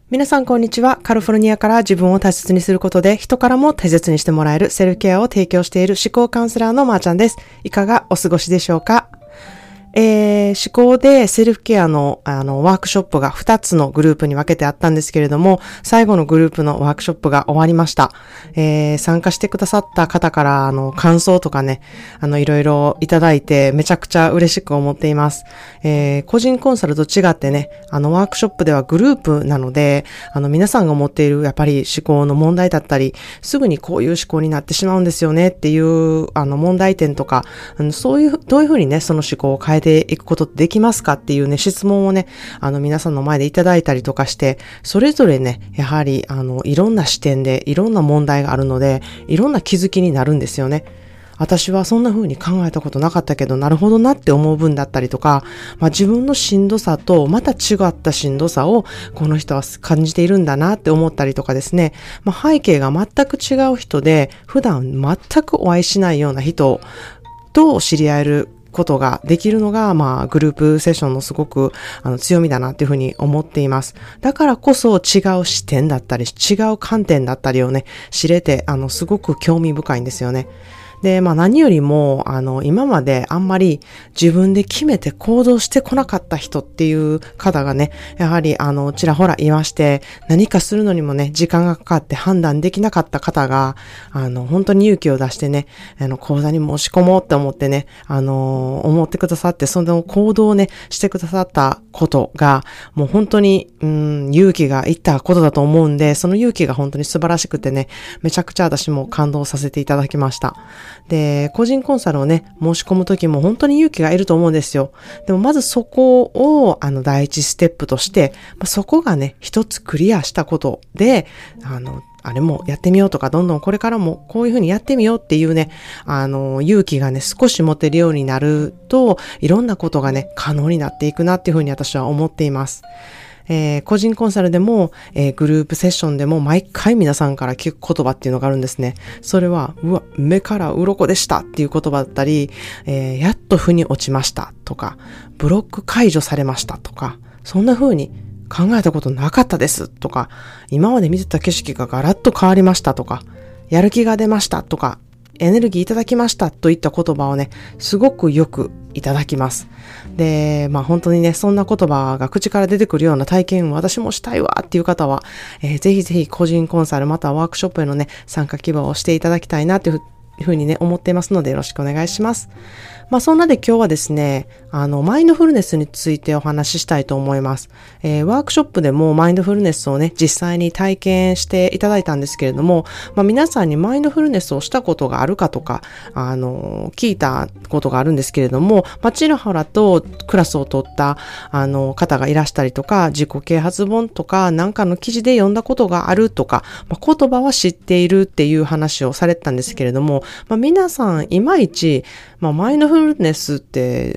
皆さんこんにちは。カリフォルニアから自分を大切にすることで人からも大切にしてもらえるセルフケアを提供している思考カウンセラーのまーちゃんです。いかがお過ごしでしょうか？思考でセルフケアのワークショップが2つのグループに分けてあったんですけれども、最後のグループのワークショップが終わりました。参加してくださった方から感想とかね、いろいろいただいてめちゃくちゃ嬉しく思っています。個人コンサルと違ってね、ワークショップではグループなので、皆さんが持っているやっぱり思考の問題だったり、すぐにこういう思考になってしまうんですよねっていう問題点とか、そういうどういうふうにねその思考を変えていくことってできますかっていうね質問をね皆さんの前でいただいたりとかして、それぞれねやはりいろんな視点でいろんな問題があるので、いろんな気づきになるんですよね。私はそんな風に考えたことなかったけど、なるほどなって思う分だったりとか、自分のしんどさとまた違ったしんどさをこの人は感じているんだなって思ったりとかですね、背景が全く違う人で、普段全くお会いしないような人と知り合えることができるのが、グループセッションのすごく強みだなっていうふうに思っています。だからこそ違う視点だったり、違う観点だったりをね、知れて、すごく興味深いんですよね。で、何よりも、今まであんまり自分で決めて行動してこなかった人っていう方がね、やはり、ちらほらいまして、何かするのにもね、時間がかかって判断できなかった方が、本当に勇気を出してね、講座に申し込もうって思ってね、思ってくださって、その行動をね、してくださったことが、もう本当に、勇気がいったことだと思うんで、その勇気が本当に素晴らしくてね、めちゃくちゃ私も感動させていただきました。で、個人コンサルをね、申し込むときも本当に勇気がいると思うんですよ。でもまずそこを、第一ステップとして、そこがね、一つクリアしたことで、あれもやってみようとか、どんどんこれからもこういうふうにやってみようっていうね、勇気がね、少し持てるようになると、いろんなことがね、可能になっていくなっていうふうに私は思っています。個人コンサルでも、グループセッションでも毎回皆さんから聞く言葉っていうのがあるんですね。それは、目から鱗でしたっていう言葉だったり、やっと腑に落ちましたとか、ブロック解除されましたとか、そんな風に考えたことなかったですとか、今まで見てた景色がガラッと変わりましたとか、やる気が出ましたとか、エネルギーいただきましたといった言葉をね、すごくよくいただきます。で、本当にね、そんな言葉が口から出てくるような体験を私もしたいわっていう方は、ぜひぜひ個人コンサルまたはワークショップへのね、参加希望をしていただきたいなというふうにね、思っていますのでよろしくお願いします。そんなで今日はですね、マインドフルネスについてお話ししたいと思います。ワークショップでもマインドフルネスをね、実際に体験していただいたんですけれども、皆さんにマインドフルネスをしたことがあるかとか、聞いたことがあるんですけれども、ちらほらとクラスを取った、方がいらしたりとか、自己啓発本とか、なんかの記事で読んだことがあるとか、言葉は知っているっていう話をされてたんですけれども、皆さんいまいち、マインドフルネスって、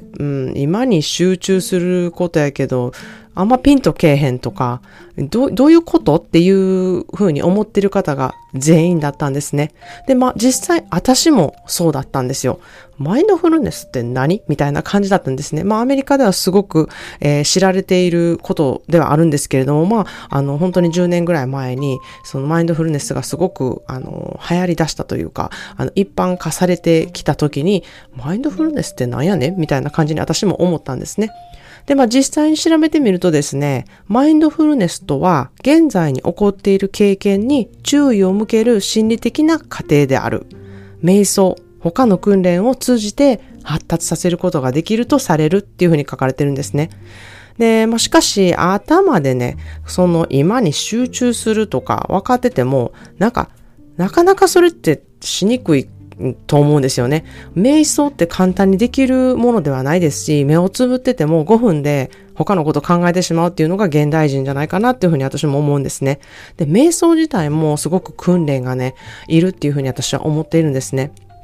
今に集中することやけど、あんまピンとけえへんとか、どういうことっていうふうに思ってる方が全員だったんですね。で、実際私もそうだったんですよ。マインドフルネスって何みたいな感じだったんですね。アメリカではすごく、知られていることではあるんですけれども、本当に10年ぐらい前に、そのマインドフルネスがすごく、流行り出したというか、一般化されてきた時に、マインドフルネスって何やねんみたいな感じに私も思ったんですね。で、実際に調べてみるとですね、マインドフルネスとは、現在に起こっている経験に注意を向ける心理的な過程である。瞑想、他の訓練を通じて発達させることができるとされるっていうふうに書かれてるんですね。で、しかし、頭でね、その今に集中するとか分かってても、なかなかそれってしにくいと思うんですよね。瞑想って簡単にできるものではないですし、目をつぶってても5分で他のことを考えてしまうっていうのが現代人じゃないかなっていうふうに私も思うんですね。で、瞑想自体もすごく訓練がね、いるっていうふうに私は思っているんですね。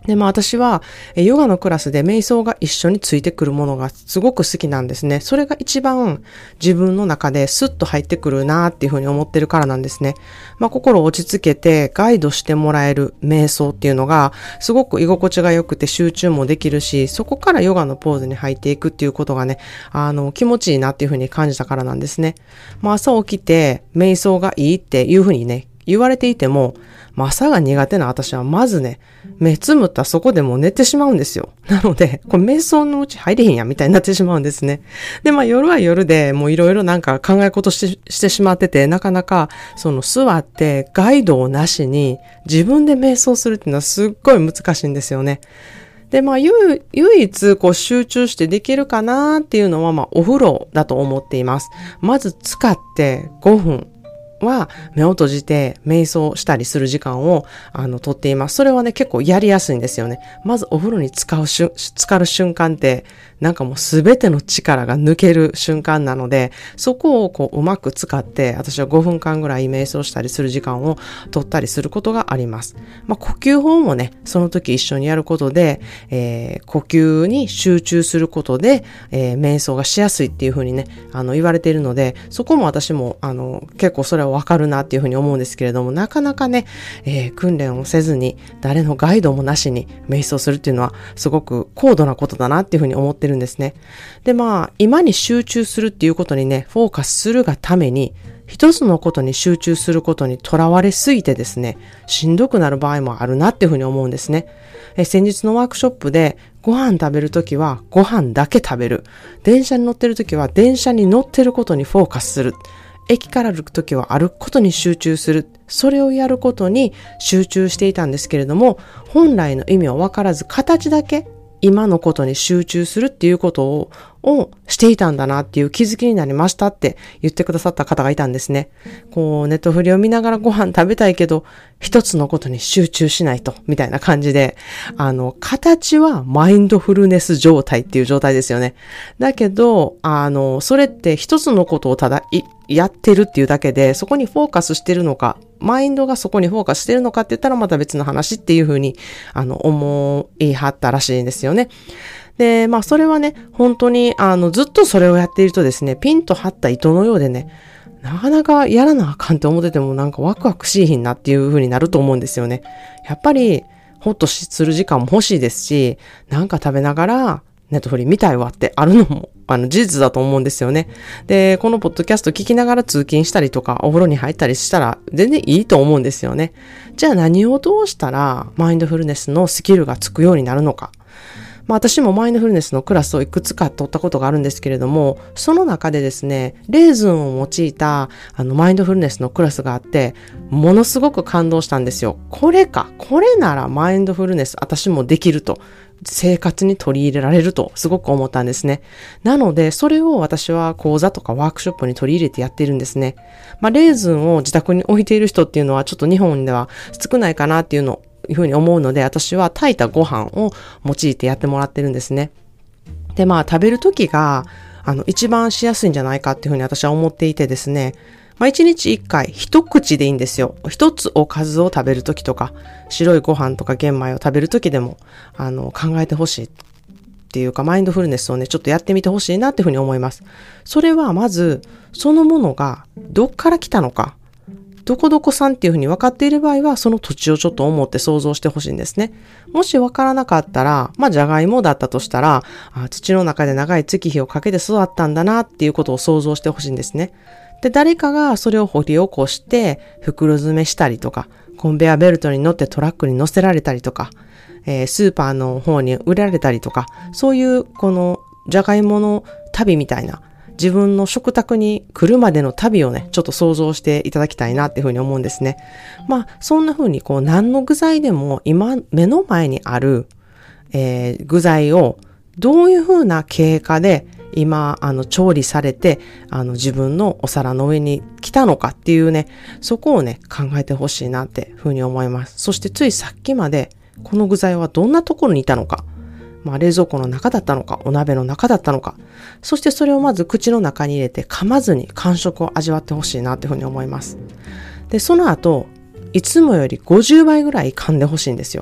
で、私は、ヨガのクラスで瞑想が一緒についてくるものがすごく好きなんですね。それが一番自分の中でスッと入ってくるなっていうふうに思ってるからなんですね。心を落ち着けてガイドしてもらえる瞑想っていうのがすごく居心地が良くて集中もできるし、そこからヨガのポーズに入っていくっていうことがね、気持ちいいなっていうふうに感じたからなんですね。朝起きて瞑想がいいっていうふうにね、言われていても、朝が苦手な私はまずね、目つむったらそこでもう寝てしまうんですよ。なので、これ瞑想のうち入れへんやみたいになってしまうんですね。で、夜は夜でもういろいろなんか考え事してしまってて、なかなか座ってガイドをなしに自分で瞑想するっていうのはすっごい難しいんですよね。で、唯一集中してできるかなっていうのはお風呂だと思っています。まず使って5分。は目を閉じて瞑想したりする時間をとっています。それはね結構やりやすいんですよね。まずお風呂に浸かる瞬間ってなんかもうすべての力が抜ける瞬間なので、そこをうまく使って私は5分間ぐらい瞑想したりする時間を取ったりすることがあります。呼吸法もねその時一緒にやることで、呼吸に集中することで、瞑想がしやすいっていう風にね言われているので、そこも私も結構それはわかるなっていうふうに思うんですけれども、なかなかね、訓練をせずに誰のガイドもなしに瞑想するっていうのはすごく高度なことだなっていうふうに思ってるんですね。で、今に集中するっていうことにねフォーカスするがために一つのことに集中することにとらわれすぎてですね、しんどくなる場合もあるなっていうふうに思うんですね。先日のワークショップでご飯食べるときはご飯だけ食べる。電車に乗ってるときは電車に乗ってることにフォーカスする。駅から歩くときは歩くことに集中する。それをやることに集中していたんですけれども、本来の意味を分からず形だけ今のことに集中するっていうことをしていたんだなっていう気づきになりましたって言ってくださった方がいたんですね。ネットフリを見ながらご飯食べたいけど、一つのことに集中しないと、みたいな感じで、形はマインドフルネス状態っていう状態ですよね。だけど、それって一つのことをただやってるっていうだけで、そこにフォーカスしてるのか、マインドがそこにフォーカスしてるのかって言ったらまた別の話っていうふうに、思いはったらしいんですよね。で、それはね、本当に、ずっとそれをやっているとですね、ピンと張った糸のようでね、なかなかやらなあかんって思っててもなんかワクワクしいひんなっていう風になると思うんですよね。やっぱり、ほっとする時間も欲しいですし、なんか食べながら、ネットフリ見たいわってあるのも、事実だと思うんですよね。で、このポッドキャスト聞きながら通勤したりとか、お風呂に入ったりしたら、全然いいと思うんですよね。じゃあ何をどうしたら、マインドフルネスのスキルがつくようになるのか。私もマインドフルネスのクラスをいくつか取ったことがあるんですけれども、その中でですね、レーズンを用いたマインドフルネスのクラスがあって、ものすごく感動したんですよ。これならマインドフルネス私もできると、生活に取り入れられるとすごく思ったんですね。なので、それを私は講座とかワークショップに取り入れてやっているんですね。レーズンを自宅に置いている人っていうのはちょっと日本では少ないかなっていうふうに思うので、私は炊いたご飯を用いてやってもらってるんですね。で、食べるときが、一番しやすいんじゃないかっていうふうに私は思っていてですね、一日一回一口でいいんですよ。一つおかずを食べるときとか、白いご飯とか玄米を食べるときでも、考えてほしいっていうか、マインドフルネスをね、ちょっとやってみてほしいなっていうふうに思います。それはまず、そのものがどっから来たのか、どこどこさんっていうふうに分かっている場合は、その土地をちょっと思って想像してほしいんですね。もし分からなかったら、じゃがいもだったとしたら、土の中で長い月日をかけて育ったんだなっていうことを想像してほしいんですね。で、誰かがそれを掘り起こして、袋詰めしたりとか、コンベアベルトに乗ってトラックに乗せられたりとか、スーパーの方に売られたりとか、そういうこのじゃがいもの旅みたいな、自分の食卓に来るまでの旅をね、ちょっと想像していただきたいなっていうふうに思うんですね。そんな風に何の具材でも今目の前にある、具材をどういう風な経過で今、調理されて、自分のお皿の上に来たのかっていうね、そこをね、考えてほしいなっていうふうに思います。そしてついさっきまで、この具材はどんなところにいたのか、冷蔵庫の中だったのか、お鍋の中だったのか、そしてそれをまず口の中に入れて噛まずに感触を味わってほしいなっていうふうに思います。で、その後、いつもより50倍ぐらい噛んでほしいんですよ。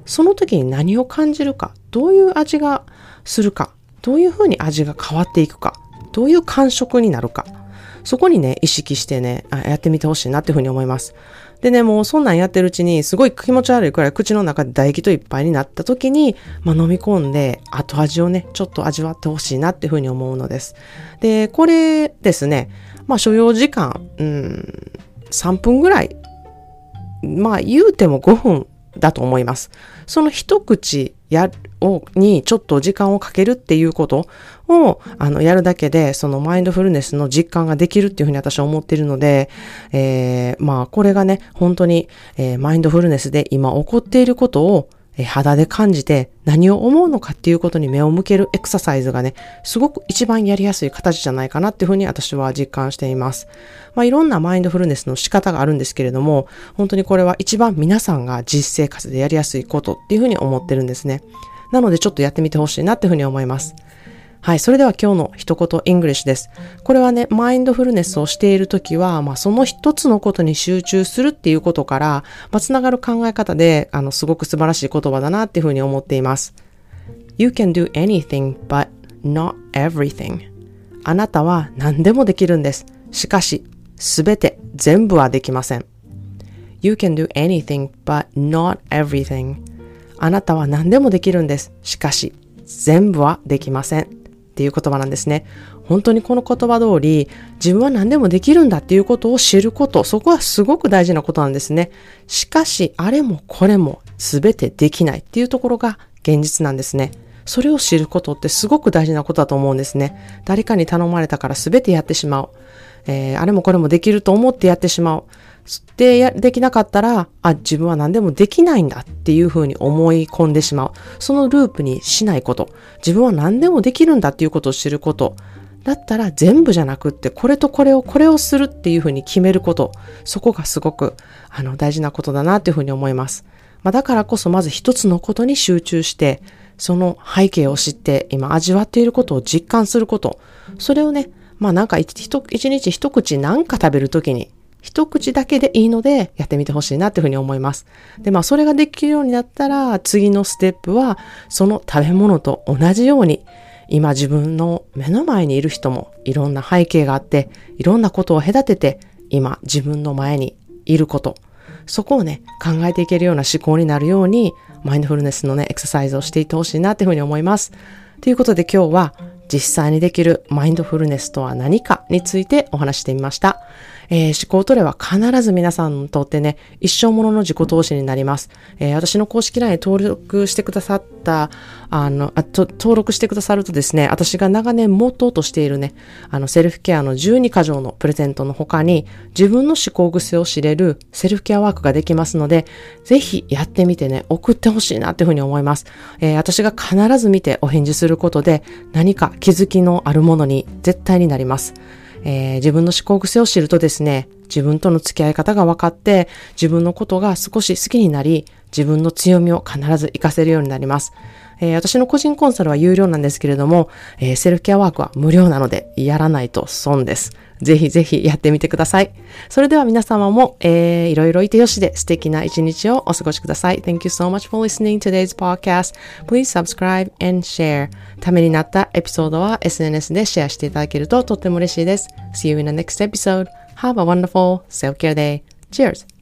その時に何を感じるか、どういう味がするか、どういうふうに味が変わっていくか、どういう感触になるか、そこにね、意識してね、やってみてほしいなっていうふうに思います。でね、もうそんなんやってるうちに、すごい気持ち悪いくらい口の中で唾液といっぱいになった時に、飲み込んで、後味をね、ちょっと味わってほしいなっていうふうに思うのです。で、これですね、所要時間、3分ぐらい、言うても5分だと思います。その一口にちょっと時間をかけるっていうことをやるだけで、そのマインドフルネスの実感ができるっていうふうに私は思っているので、これがね、本当に、マインドフルネスで今起こっていることを肌で感じて何を思うのかっていうことに目を向けるエクササイズがね、すごく一番やりやすい形じゃないかなっていうふうに私は実感しています。いろんなマインドフルネスの仕方があるんですけれども、本当にこれは一番皆さんが実生活でやりやすいことっていうふうに思ってるんですね。なのでちょっとやってみてほしいなっていうふうに思います。はい、それでは今日の一言イングリッシュです。これはね、マインドフルネスをしているときは、その一つのことに集中するっていうことから、つながる考え方で、すごく素晴らしい言葉だなっていうふうに思っています。You can do anything, but not everything. あなたは何でもできるんです。しかし、すべて、全部はできません。You can do anything, but not everything. あなたは何でもできるんです。しかし、全部はできません。っていう言葉なんですね。本当にこの言葉通り、自分は何でもできるんだっていうことを知ること、そこはすごく大事なことなんですね。しかし、あれもこれも全てできないっていうところが現実なんですね。それを知ることってすごく大事なことだと思うんですね。誰かに頼まれたから全てやってしまう。あれもこれもできると思ってやってしまう。できなかったら、自分は何でもできないんだっていうふうに思い込んでしまう。そのループにしないこと。自分は何でもできるんだっていうことを知ること。だったら全部じゃなくって、これとこれをするっていうふうに決めること。そこがすごく、大事なことだなっていうふうに思います。だからこそまず一つのことに集中して、その背景を知って、今味わっていることを実感すること。それをね、一日一口なんか食べるときに、一口だけでいいのでやってみてほしいなっていうふうに思います。で、それができるようになったら、次のステップは、その食べ物と同じように、今自分の目の前にいる人もいろんな背景があって、いろんなことを隔てて、今自分の前にいること、そこをね、考えていけるような思考になるように、マインドフルネスのね、エクササイズをしていってほしいなっていうふうに思います。ということで今日は、実際にできるマインドフルネスとは何かについてお話してみました。思考トレは必ず皆さんにとってね、一生ものの自己投資になります。私の公式 LINE 登録してくださった、登録してくださるとですね、私が長年モットーとしているね、セルフケアの12箇条のプレゼントの他に、自分の思考癖を知れるセルフケアワークができますので、ぜひやってみてね、送ってほしいなっていうふうに思います。私が必ず見てお返事することで、何か気づきのあるものに絶対になります。自分の思考癖を知るとですね、自分との付き合い方が分かって、自分のことが少し好きになり、自分の強みを必ず活かせるようになります。私の個人コンサルは有料なんですけれども、セルフケアワークは無料なので、やらないと損です。ぜひぜひやってみてください。それでは皆様も、いろいろいてよしで素敵な一日をお過ごしください。Thank you so much for listening to today's podcast. Please subscribe and share. ためになったエピソードは SNS でシェアしていただけるととっても嬉しいです。See you in the next episode. Have a wonderful self-care day. Cheers!